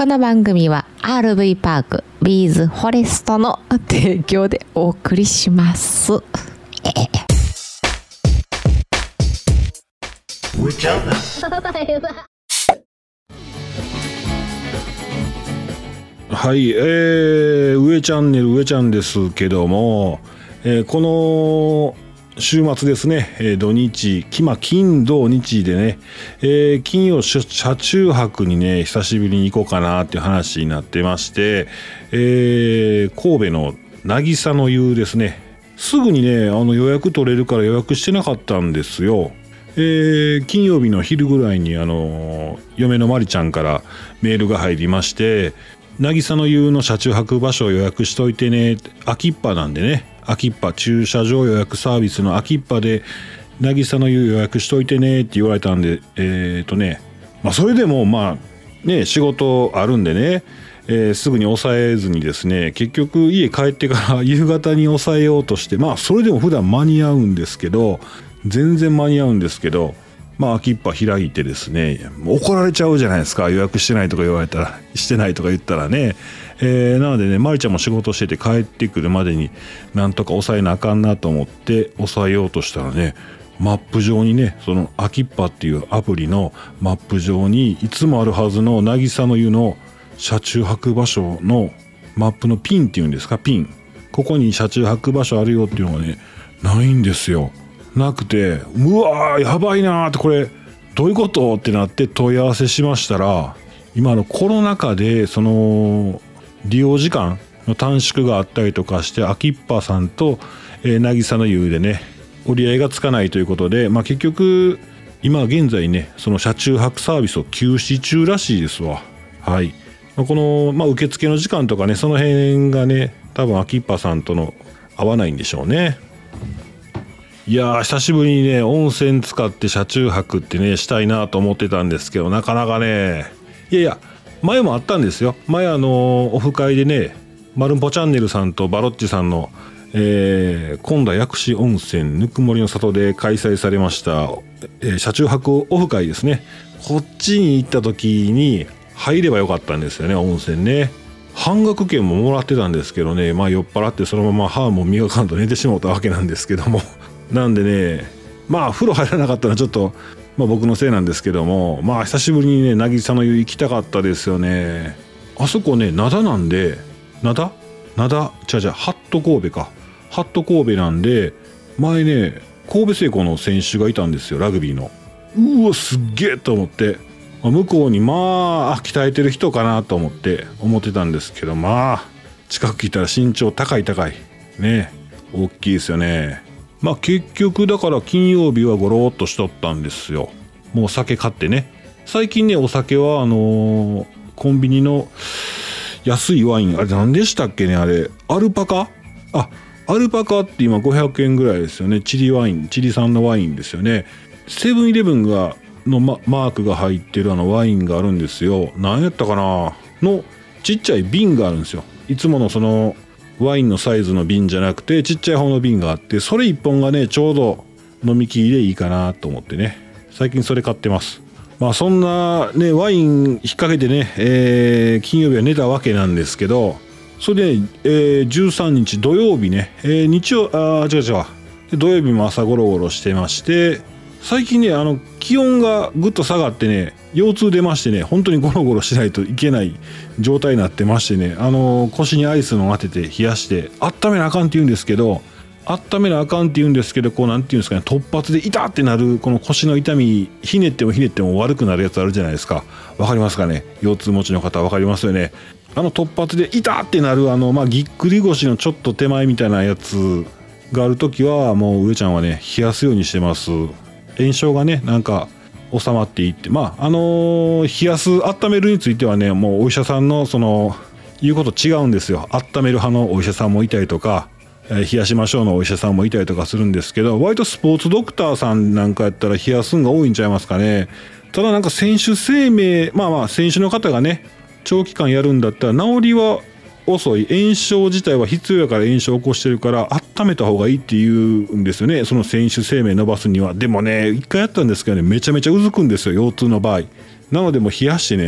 この番組は RV パークビーズフォレストの提供でお送りします。 はい、上チャンネル上ちゃんですけども、この週末ですね、土日、金土日でね、金曜車中泊にね久しぶりに行こうかなっていう話になってまして、神戸の渚の湯ですね。すぐにね予約取れるから予約してなかったんですよ。金曜日の昼ぐらいに嫁のまりちゃんからメールが入りまして、渚の湯の車中泊場所を予約しといてね、秋っぱなんでね、秋っぱ駐車場予約サービスの秋っぱで渚の湯予約しといてねって言われたんで、それでも仕事あるんでね、すぐに抑えずにですね、結局家帰ってから夕方に抑えようとして、それでも普段間に合うんですけど、全然間に合うんですけど、秋っぱ開いてですね、怒られちゃうじゃないですか、予約してないとか言われたら、してないとか言ったらね。なのでね、まりちゃんも仕事してて帰ってくるまでになんとか抑えなあかんなと思って抑えようとしたらね、マップ上にね、その秋っぱっていうアプリのマップ上にいつもあるはずの渚の湯の車中泊場所のマップのピンっていうんですか、ピン、ここに車中泊場所あるよっていうのがねないんですよ。なくて、うわーやばいなーって、これどういうことってなって問い合わせしましたら、今のコロナ禍でその利用時間の短縮があったりとかして、秋っぱさんと渚の湯でね折り合いがつかないということで、結局今現在ねその車中泊サービスを休止中らしいですわ。はい。この受付の時間とかね、その辺がね多分秋っぱさんとの合わないんでしょうね。いやー久しぶりにね温泉使って車中泊ってねしたいなと思ってたんですけど、なかなかね、前もあったんですよ。前オフ会でね、マルンポチャンネルさんとバロッチさんの、今度は薬師温泉ぬくもりの里で開催されました、車中泊オフ会ですね。こっちに行った時に入ればよかったんですよね、温泉ね。半額券ももらってたんですけどね、酔っ払ってそのまま歯も磨かんと寝てしまったわけなんですけどもなんでね、風呂入らなかったのはちょっと僕のせいなんですけども、久しぶりにね渚の湯行きたかったですよね。あそこね灘なんで、ハット神戸か、ハット神戸なんで、前ね神戸製鋼の選手がいたんですよ、ラグビーの。うわすっげえと思って、向こうに鍛えてる人かなと思ってたんですけど、近く来たら身長高いね、大きいですよね。結局だから金曜日はゴローっとしとったんですよ。もう酒買ってね。最近ねお酒はコンビニの安いワイン、あれ何でしたっけね、あれアルパカって今500円ぐらいですよね。チリ産のワインですよね。セブンイレブンのマークが入ってるワインがあるんですよ。何やったかなのちっちゃい瓶があるんですよ。いつものそのワインのサイズの瓶じゃなくてちっちゃい方の瓶があって、それ1本がねちょうど飲み切りでいいかなと思ってね、最近それ買ってます。そんなねワイン引っ掛けてね、金曜日は寝たわけなんですけど、それで、13日土曜日ね、土曜日も朝ゴロゴロしてまして、最近ね気温がぐっと下がってね腰痛出ましてね、本当にゴロゴロしないといけない状態になってましてね、腰にアイスの当てて冷やして温めなあかんって言うんですけど、こうなんていうんですかね、突発で痛ってなるこの腰の痛み、ひねっても悪くなるやつあるじゃないですか。わかりますかね、腰痛持ちの方わかりますよね。突発で痛ってなるぎっくり腰のちょっと手前みたいなやつがあるときは、もう上ちゃんはね冷やすようにしてます。炎症がねなんか収まっていって、冷やす温めるについてはね、もうお医者さんの言うこと違うんですよ。温める派のお医者さんもいたりとか、冷やしましょうのお医者さんもいたりとかするんですけど、割とスポーツドクターさんなんかやったら冷やすんが多いんちゃいますかね。ただなんか選手生命、選手の方がね長期間やるんだったら治りは遅い、炎症自体は必要やから炎症を起こしてるから温めた方がいいって言うんですよね、その選手生命伸ばすには。でもね一回やったんですけどね、めちゃめちゃうずくんですよ、腰痛の場合。なのでもう冷やしてね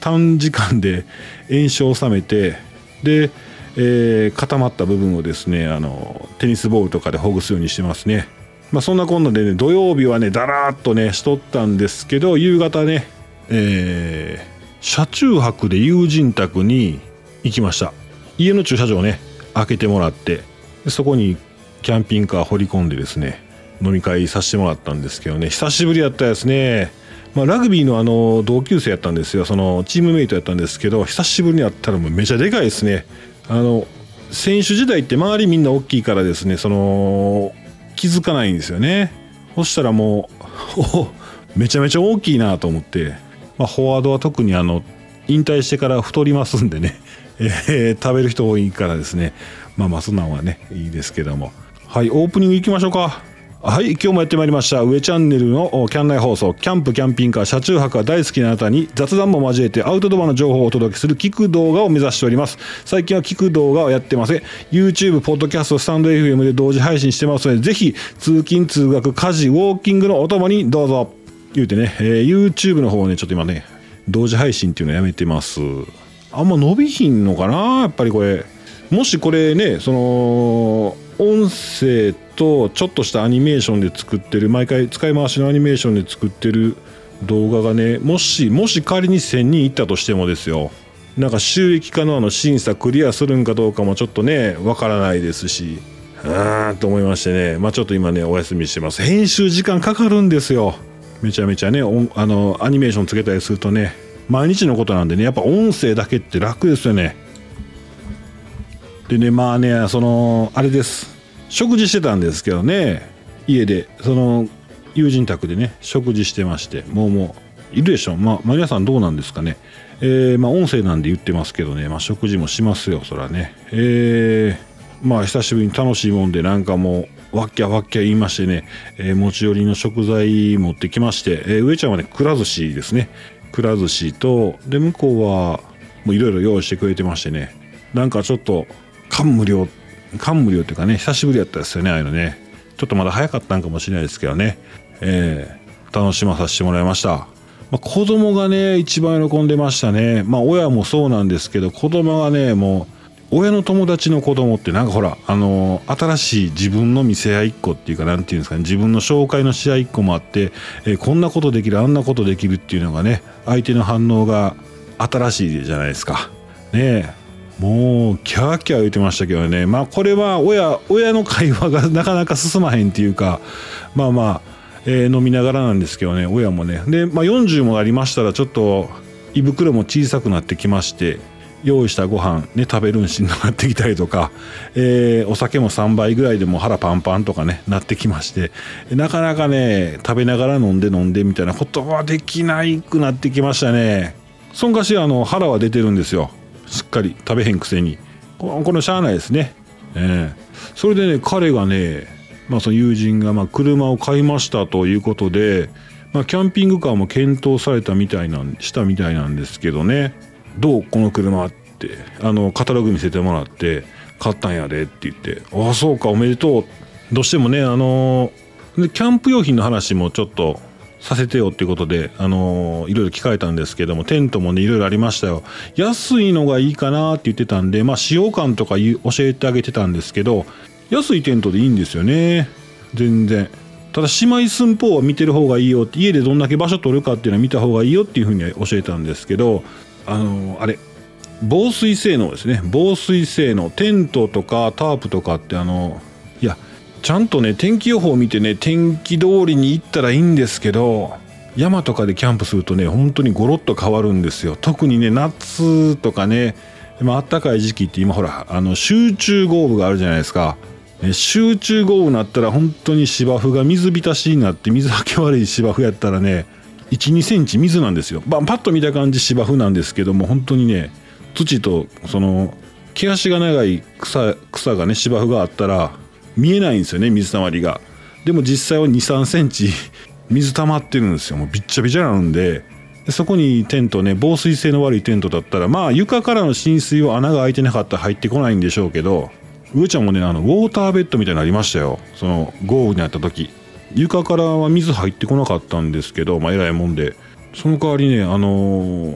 短時間で炎症を収めて、で、固まった部分をですねテニスボールとかでほぐすようにしてますね。そんなこんなでね、土曜日はねだらーっとねしとったんですけど、夕方ね、車中泊で友人宅に行きました。家の駐車場をね開けてもらって、そこにキャンピングカー掘り込んでですね飲み会させてもらったんですけどね、久しぶりやったですね。ラグビーの同級生やったんですよ。そのチームメイトやったんですけど、久しぶりに会ったらもうめちゃでかいですね。選手時代って周りみんな大きいからですね、気づかないんですよね。そしたらもうめちゃめちゃ大きいなと思って、フォワードは特に引退してから太りますんでね、食べる人多いからですね、そんなんはねいいですけども、はい、オープニング行きましょうか。はい、今日もやってまいりました上チャンネルのキャン内放送、キャンプキャンピングカー車中泊が大好きなあなたに雑談も交えてアウトドアの情報をお届けする聞く動画を目指しております。最近は聞く動画をやってません。 YouTube、ポッドキャスト、スタンド FM で同時配信してますので、ぜひ通勤通学家事ウォーキングのお供にどうぞ言うてね、YouTube の方をねちょっと今ね同時配信っていうのやめてます。あんま伸びひんのかな、やっぱりこれ。もしこれね音声とちょっとしたアニメーションで作ってる、毎回使い回しのアニメーションで作ってる動画がね、もし仮に1000人いったとしてもですよ、なんか収益化の審査クリアするんかどうかもちょっとねわからないですし、と思いましてね、ちょっと今ねお休みしてます。編集時間かかるんですよ、めちゃめちゃね。アニメーションつけたりするとね、毎日のことなんでね、やっぱ音声だけって楽ですよね。でね、あれです、食事してたんですけどね、家で友人宅でね食事してまして、もういるでしょ。皆さんどうなんですかね。音声なんで言ってますけどね、食事もしますよそらね。久しぶりに楽しいもんで、なんかもうわっきゃわっきゃ言いましてね、持ち寄りの食材持ってきまして、上ちゃんはねくら寿司ですね。くら寿司と、で向こうはもういろいろ用意してくれてましてね、なんかちょっと感無量っていうかね、久しぶりやったですよね、ああいうのね。ちょっとまだ早かったんかもしれないですけどね、楽しまさせてもらいました。子供がね一番喜んでましたね。親もそうなんですけど、子供がね、もう親の友達の子供ってなんかほら新しい自分の見せ合いっ子っていうか、なんていうんですかね、自分の紹介のし合いっ子もあって、こんなことできるあんなことできるっていうのがね、相手の反応が新しいじゃないですかね。もうキャーキャー言ってましたけどね。これは親の会話がなかなか進まへんっていうか、飲みながらなんですけどね、親もね。で、40もありましたらちょっと胃袋も小さくなってきまして、用意したご飯ね食べるんしんどくなってきたりとか、お酒も3倍ぐらいでも腹パンパンとかねなってきまして、なかなかね食べながら飲んでみたいなことはできないくなってきましたね。そんかし腹は出てるんですよ、しっかり食べへんくせに。このしゃあないですね。それでね、彼がね、その友人が車を買いましたということで、キャンピングカーも検討されたみたいなんですけどね。どうこの車ってカタログ見せてもらって、買ったんやでって言って、ああそうかおめでとう。どうしてもねでキャンプ用品の話もちょっとさせてよっていうことでいろいろ聞かれたんですけども、テントもねいろいろありましたよ。安いのがいいかなって言ってたんで、使用感とか教えてあげてたんですけど、安いテントでいいんですよね、全然。ただ姉妹寸法は見てる方がいいよって、家でどんだけ場所取るかっていうのは見た方がいいよっていうふうに教えたんですけど、あれ防水性能ですね。防水性能、テントとかタープとかっていやちゃんとね天気予報を見てね、天気通りに行ったらいいんですけど、山とかでキャンプするとね本当にゴロッと変わるんですよ。特にね夏とかね、暖かい時期って今ほら集中豪雨があるじゃないですか。集中豪雨になったら本当に芝生が水浸しになって、水はけ悪い芝生やったらね 1,2 センチ水なんですよ。パッと見た感じ芝生なんですけども、本当にね土と毛足が長い草がね芝生があったら見えないんですよね、水たまりが。でも実際は 2,3 センチ水溜まってるんですよ。もうびっちゃびちゃなんで、そこにテントね、防水性の悪いテントだったら床からの浸水は穴が開いてなかったら入ってこないんでしょうけど、上ちゃんもねウォーターベッドみたいなのありましたよ。その豪雨になった時床からは水入ってこなかったんですけど、えらいもんで。その代わりね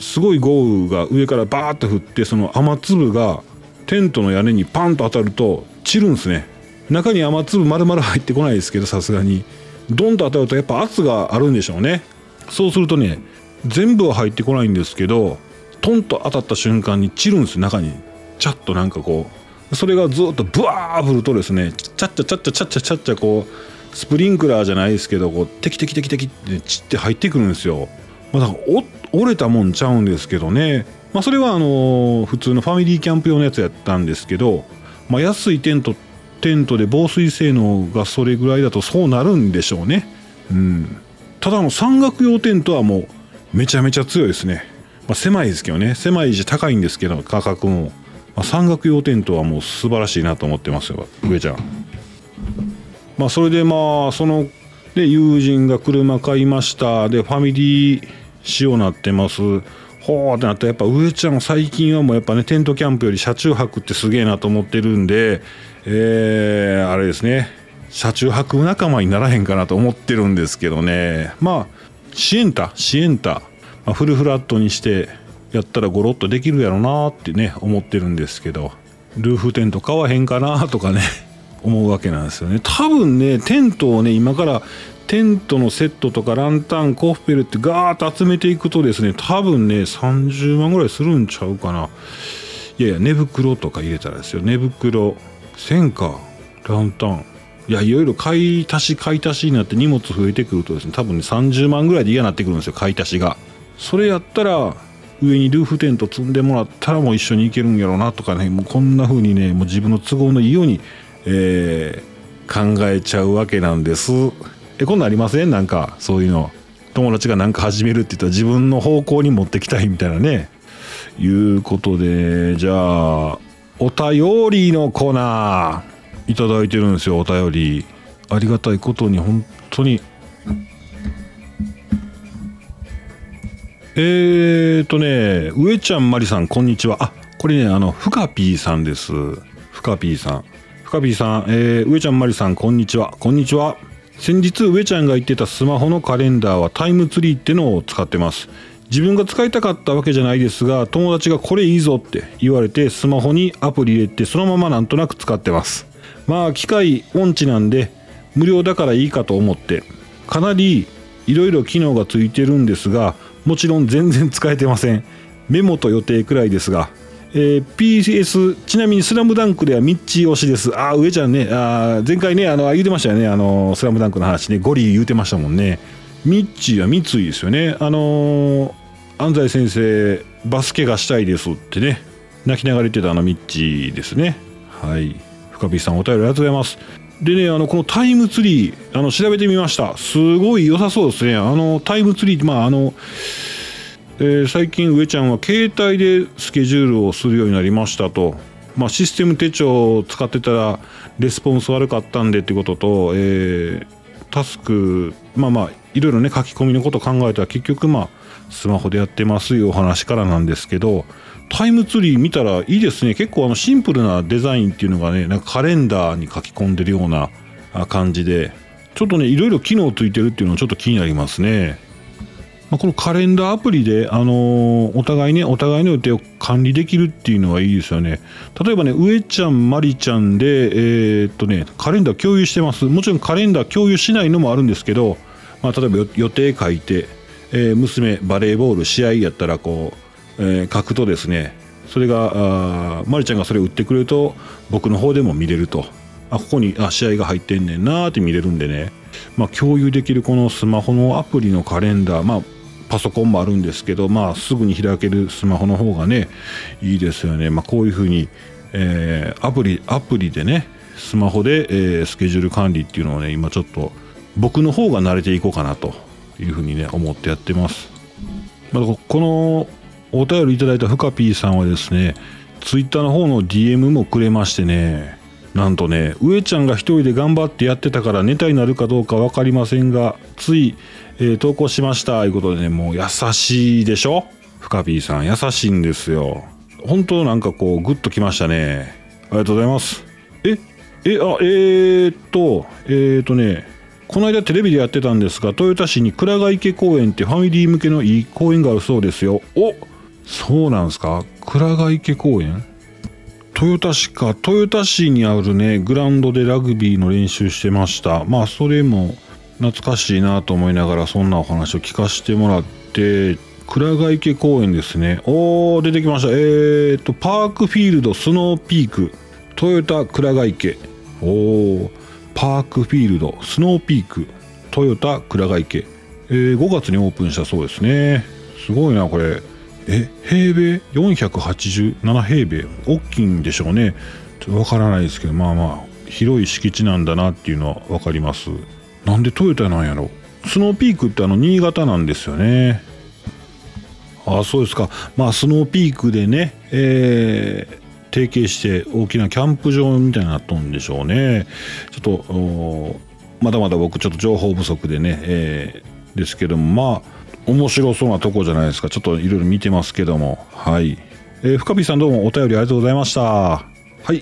すごい豪雨が上からバーッと降って、その雨粒がテントの屋根にパンと当たると散るんですね。中に雨粒丸々入ってこないですけど、さすがにドンと当たるとやっぱ圧があるんでしょうね。そうするとね、全部は入ってこないんですけど、トンと当たった瞬間に散るんです。中にチャッとなんかこう、それがずっとブワー降るとですね、チャッチャチャッチャチャッチャチャッチャこうスプリンクラーじゃないですけど、こうテキテキテキテキって散って入ってくるんですよ。だから折れたもんちゃうんですけどね。それは普通のファミリーキャンプ用のやつやったんですけど、安いテントで防水性能がそれぐらいだとそうなるんでしょうね。ただ山岳用テントはもうめちゃめちゃ強いですね。狭いですけどね、狭いし高いんですけど価格も、山岳用テントはもう素晴らしいなと思ってますよ、上ちゃん。それでそので友人が車買いました。でファミリー仕様になってます。ほーってなったら、やっぱ上ちゃん最近はもうやっぱね、テントキャンプより車中泊ってすげえなと思ってるんで、あれですね、車中泊仲間にならへんかなと思ってるんですけどね。シエンタ、フルフラットにしてやったらゴロッとできるやろなってね思ってるんですけど、ルーフテント買わへんかなとかね思うわけなんですよね。多分ね、テントをね、今からテントのセットとかランタン、コッペルってガーッと集めていくとですね、多分ね30万ぐらいするんちゃうかな。いや寝袋とか入れたらですよ、寝袋、線かランタン、いろいろ買い足しになって荷物増えてくるとですね、多分ね30万ぐらいで嫌になってくるんですよ、買い足しが。それやったら上にルーフテント積んでもらったらもう一緒に行けるんやろうなとかね、もうこんな風にね、もう自分の都合のいいように、考えちゃうわけなんです。こんなんありません？なんかそういうの、友達がなんか始めるって言ったら自分の方向に持ってきたいみたいなね、いうことで、じゃあお便りのコーナーいただいてるんですよ。お便りありがたいことに本当に。上ちゃんまりさんこんにちは。これねふかぴーさんです。ふかぴーさん、上ちゃんまりさんこんにちは。先日上ちゃんが言ってたスマホのカレンダーはタイムツリーってのを使ってます。自分が使いたかったわけじゃないですが、友達がこれいいぞって言われてスマホにアプリ入れてそのままなんとなく使ってます。機械音痴なんで無料だからいいかと思って、かなりいろいろ機能がついてるんですが、もちろん全然使えてません。メモと予定くらいですが、PS ちなみにスラムダンクではミッチー推しです。上ちゃんね、前回ね言ってましたよね、スラムダンクの話ね、ゴリ言うてましたもんね。ミッチーは三井ですよね。安西先生バスケがしたいですってね泣きながら言ってたミッチーですね。はい、深火さんお便りありがとうございます。でね、このタイムツリー調べてみました。すごい良さそうですね。タイムツリーって最近上ちゃんは携帯でスケジュールをするようになりましたと。システム手帳を使ってたらレスポンス悪かったんでってことと、タスクいろいろね書き込みのこと考えたら結局スマホでやってますいうお話からなんですけど、タイムツリー見たらいいですね。結構シンプルなデザインっていうのがね、なんかカレンダーに書き込んでるような感じで、ちょっとねいろいろ機能ついてるっていうのはちょっと気になりますね。このカレンダーアプリで、お互いの予定を管理できるっていうのはいいですよね。例えばね、上ちゃんまりちゃんでカレンダー共有してます。もちろんカレンダー共有しないのもあるんですけど、例えば予定書いて、娘バレーボール試合やったらこう、書くとですね、それがまりちゃんがそれを打ってくれると僕の方でも見れると、ここに試合が入ってんねんなーって見れるんでね、共有できるこのスマホのアプリのカレンダー、パソコンもあるんですけど、すぐに開けるスマホの方がねいいですよね。こういうふうに、アプリでねスマホで、スケジュール管理っていうのをね今ちょっと僕の方が慣れていこうかなというふうにね思ってやってます。このお便りいただいたふかぴーさんはですね、ツイッターの方の DM もくれましてね、なんとね、上ちゃんが一人で頑張ってやってたからネタになるかどうか分かりませんが、つい、投稿しましたということでね、もう優しいでしょ。ふかぴーさん優しいんですよ。本当なんかこうグッときましたね。ありがとうございます。この間テレビでやってたんですが、豊田市に倉ヶ池公園ってファミリー向けのいい公園があるそうですよ。 そうなんですか。倉ヶ池公園、豊田市にあるねグラウンドでラグビーの練習してました。まあそれも懐かしいなと思いながらそんなお話を聞かせてもらって、倉ヶ池公園ですね。出てきました。パークフィールドスノーピークトヨタ倉ヶ池。パークフィールドスノーピークトヨタ倉ヶ池、5月にオープンしたそうですね。すごいなこれ。平米487平米、大きいんでしょうね。ちょっとわからないですけど、まあ広い敷地なんだなっていうのはわかります。なんでトヨタなんやろ。スノーピークって新潟なんですよね。そうですか。まあスノーピークでね、提携して大きなキャンプ場みたいになっとんでしょうね。ちょっとまだまだ僕ちょっと情報不足でね、ですけども、まあ面白そうなとこじゃないですか。ちょっといろいろ見てますけども、はい。深見さんどうもお便りありがとうございました。はい。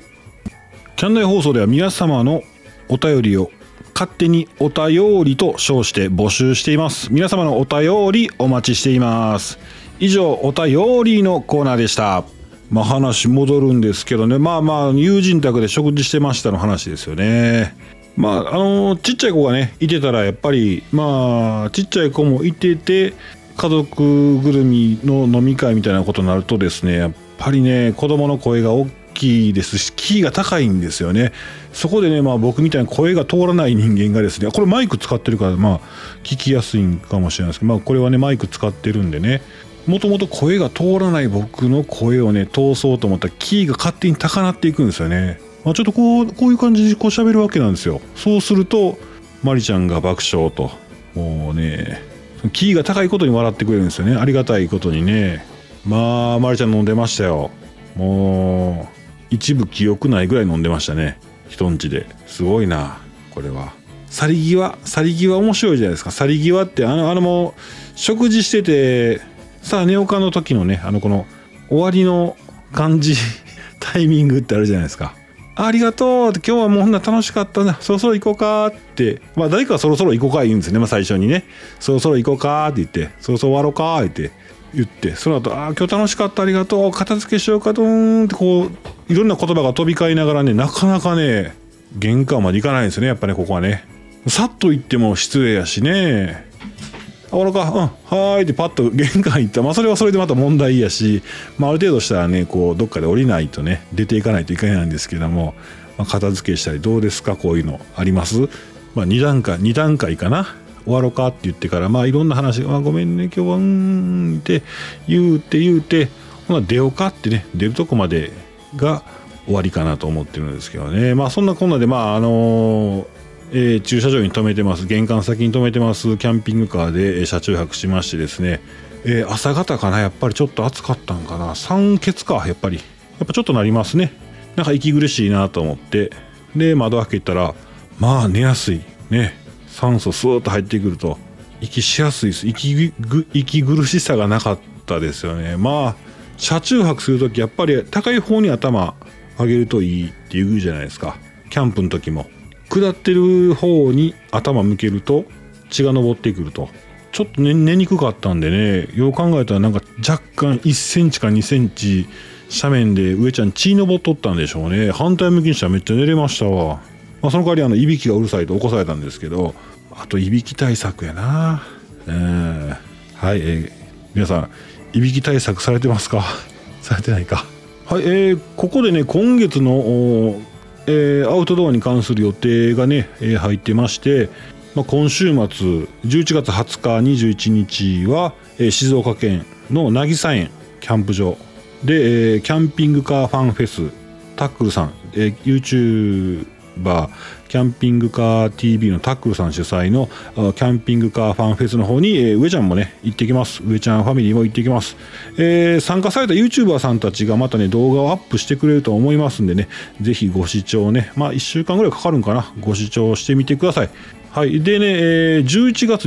キャンナイ放送では皆様のお便りを勝手にお便りと称して募集しています。皆様のお便りお待ちしています。以上お便りのコーナーでした。まあ話戻るんですけどね、まあ友人宅で食事してましたの話ですよね。まあちっちゃい子がねいてたらやっぱりまあちっちゃい子もいてて家族ぐるみの飲み会みたいなことになるとですね、やっぱりね子供の声が大きいですしキーが高いんですよね。そこでねまあ僕みたいに声が通らない人間がですね、これマイク使ってるからまあ聞きやすいんかもしれないですけど、まあこれはねマイク使ってるんでね、もともと声が通らない僕の声をね通そうと思ったらキーが勝手に高鳴っていくんですよね。ちょっとこういう感じでこう喋るわけなんですよ。そうするとマリちゃんが爆笑と、もうねキーが高いことに笑ってくれるんですよね。ありがたいことにね。まあマリちゃん飲んでましたよ。もう一部記憶ないぐらい飲んでましたね、人んちで。すごいなこれは。去り際面白いじゃないですか。去り際ってもう食事しててさあ寝岡の時のねこの終わりの感じタイミングってあるじゃないですか。ありがとうって、今日はもうほんな楽しかったな、そろそろ行こうかって、まあ誰かがそろそろ行こうか言うんですよね。まあ最初にねそろそろ行こうかって言って、そろそろ終わろうかって言って、その後今日楽しかったありがとう片付けしようかとーんってこういろんな言葉が飛び交いながらね、なかなかね玄関まで行かないんですよね。やっぱねここはねさっと行っても失礼やしね。終わろうか、はーいってパッと玄関行った。まあそれはそれでまた問題やし、まあある程度したらねこうどっかで降りないとね出ていかないといけないんですけども、まあ、片付けしたりどうですか、こういうのあります？まあ2段階かな。終わろうかって言ってからまあいろんな話、ごめんね今日はって言うてほな出ようかってね、出るとこまでが終わりかなと思ってるんですけどね。まあそんなこんなでまあ駐車場に止めてます、玄関先に止めてますキャンピングカーで車中泊しましてですね、朝方かな、やっぱりちょっと暑かったんかな、酸欠か、やっぱちょっとなりますね。なんか息苦しいなと思って、で窓開けたらまあ寝やすいね、酸素スーッと入ってくると息しやすいです。息苦しさがなかったですよね。まあ車中泊するときやっぱり高い方に頭上げるといいって言うじゃないですか。キャンプの時も下ってる方に頭向けると血が上ってくると、ちょっと寝にくかったんでね、よう考えたらなんか若干1センチか2センチ斜面で上ちゃん血上っとったんでしょうね。反対向きにしたらめっちゃ寝れましたわ。まあ、その代わりいびきがうるさいと起こされたんですけど、あといびき対策やな。はい、皆さんいびき対策されてますか？されてないか。はい、ここでね今月のアウトドアに関する予定がね、入ってまして、今週末11月20日21日は、静岡県の渚園キャンプ場で、キャンピングカーファンフェスタックルさん、YouTuber キャンピングカー TV のタックルさん主催のキャンピングカーファンフェスの方に、上ちゃんもね行ってきます。上ちゃんファミリーも行ってきます。参加された YouTuber さんたちがまたね動画をアップしてくれると思いますんでね、ぜひご視聴ね、1週間ぐらいかかるんかな、ご視聴してみてください。はい。でね、11月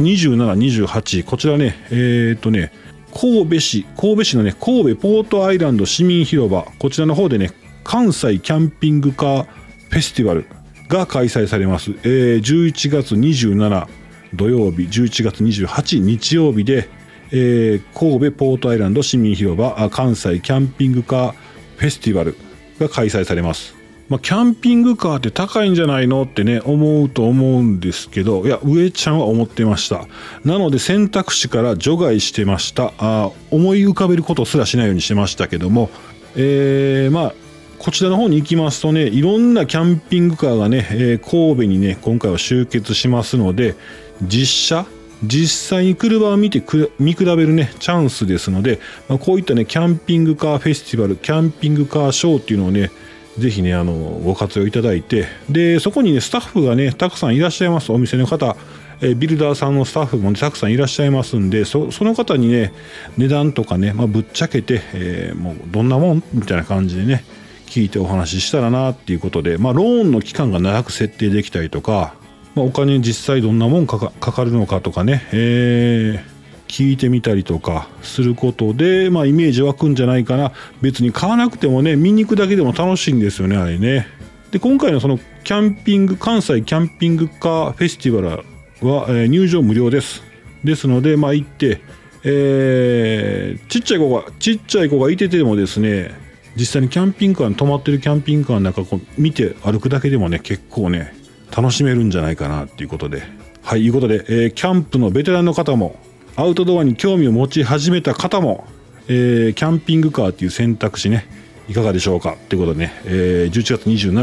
27、28こちらね神戸市のね神戸ポートアイランド市民広場、こちらの方でね関西キャンピングカーフェスティバルが開催されます。11月27土曜日、11月28日曜日で、 神戸ポートアイランド市民広場関西キャンピングカーフェスティバルが開催されます。キャンピングカーって高いんじゃないのってね思うと思うんですけど、いや上ちゃんは思ってました。なので選択肢から除外してました。思い浮かべることすらしないようにしてましたけども、こちらの方に行きますとね、いろんなキャンピングカーがね、神戸にね今回は集結しますので、実際に車を見て見比べるねチャンスですので、こういったねキャンピングカーフェスティバル、キャンピングカーショーっていうのをねぜひねご活用いただいて、でそこにねスタッフがねたくさんいらっしゃいます。お店の方、ビルダーさんのスタッフも、ね、たくさんいらっしゃいますんで、その方にね値段とかね、ぶっちゃけて、もうどんなもんみたいな感じでね聞いてお話ししたらなっていうことで、ローンの期間が長く設定できたりとか、お金実際どんなもんかかるのかとかね、聞いてみたりとかすることで、イメージ湧くんじゃないかな。別に買わなくてもね見に行くだけでも楽しいんですよね、あれね。で今回のその関西キャンピングカーフェスティバルは、入場無料です。ですので行って、ちっちゃい子がいててもですね、実際にキャンピングカーに泊まってるキャンピングカーの中こう見て歩くだけでもね結構ね楽しめるんじゃないかなっていうことで、いうことで、キャンプのベテランの方もアウトドアに興味を持ち始めた方も、キャンピングカーっていう選択肢ねいかがでしょうかっていうことでね、11月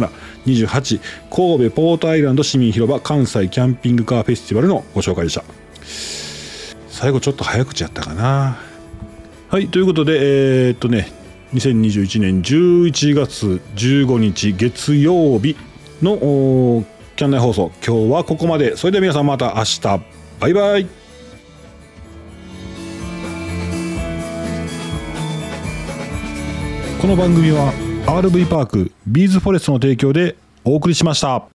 27、28神戸ポートアイランド市民広場関西キャンピングカーフェスティバルのご紹介でした。最後ちょっと早口やったかな。ということで2021年11月15日月曜日のキャン内放送、今日はここまで。それでは皆さんまた明日、バイバイ。この番組は RV パークビーズフォレストの提供でお送りしました。